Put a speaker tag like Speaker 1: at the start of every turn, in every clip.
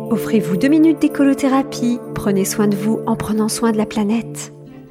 Speaker 1: Offrez-vous 2 minutes d'écolothérapie. Prenez soin de vous en prenant soin de la planète.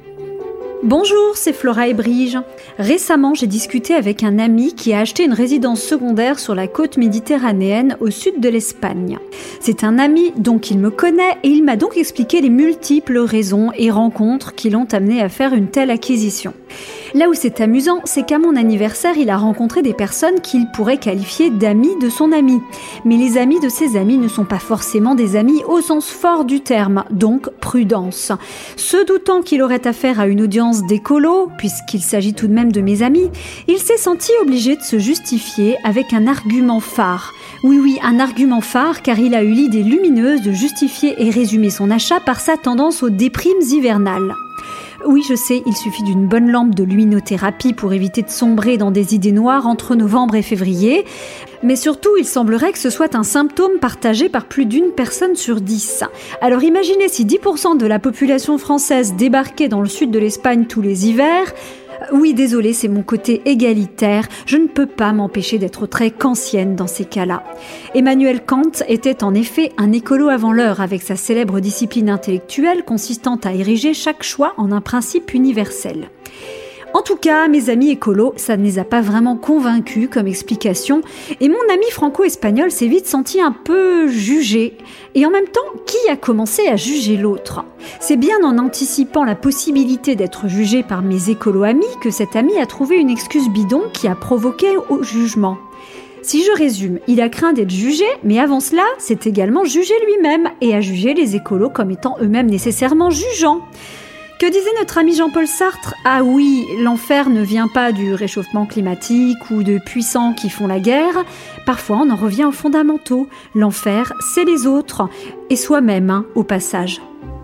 Speaker 1: Bonjour, c'est Flora et Brige. Récemment, j'ai discuté avec un ami qui a acheté une résidence secondaire sur la côte méditerranéenne au sud de l'Espagne. C'est un ami donc il me connaît et il m'a donc expliqué les multiples raisons et rencontres qui l'ont amené à faire une telle acquisition. Là où c'est amusant, c'est qu'à mon anniversaire, il a rencontré des personnes qu'il pourrait qualifier d'amis de son ami. Mais les amis de ses amis ne sont pas forcément des amis au sens fort du terme, donc prudence. Se doutant qu'il aurait affaire à une audience d'écolo, puisqu'il s'agit tout de même de mes amis, il s'est senti obligé de se justifier avec un argument phare. Oui, un argument phare, car il a eu l'idée lumineuse de justifier et résumer son achat par sa tendance aux déprimes hivernales. Oui, je sais, il suffit d'une bonne lampe de luminothérapie pour éviter de sombrer dans des idées noires entre novembre et février. Mais surtout, il semblerait que ce soit un symptôme partagé par plus d'une personne sur 10. Alors imaginez si 10% de la population française débarquait dans le sud de l'Espagne tous les hivers. Oui, désolé, c'est mon côté égalitaire. Je ne peux pas m'empêcher d'être très kantienne dans ces cas-là. Emmanuel Kant était en effet un écolo avant l'heure, avec sa célèbre discipline intellectuelle consistant à ériger chaque choix en un principe universel. En tout cas, mes amis écolos, ça ne les a pas vraiment convaincus comme explication, et mon ami franco-espagnol s'est vite senti un peu jugé. Et en même temps, qui a commencé à juger l'autre ? C'est bien en anticipant la possibilité d'être jugé par mes écolos-amis que cet ami a trouvé une excuse bidon qui a provoqué au jugement. Si je résume, il a craint d'être jugé, mais avant cela, c'est également jugé lui-même, et a jugé les écolos comme étant eux-mêmes nécessairement jugeants. Que disait notre ami Jean-Paul Sartre ? Ah oui, l'enfer ne vient pas du réchauffement climatique ou de puissants qui font la guerre. Parfois, on en revient aux fondamentaux. L'enfer, c'est les autres. Et soi-même, au passage.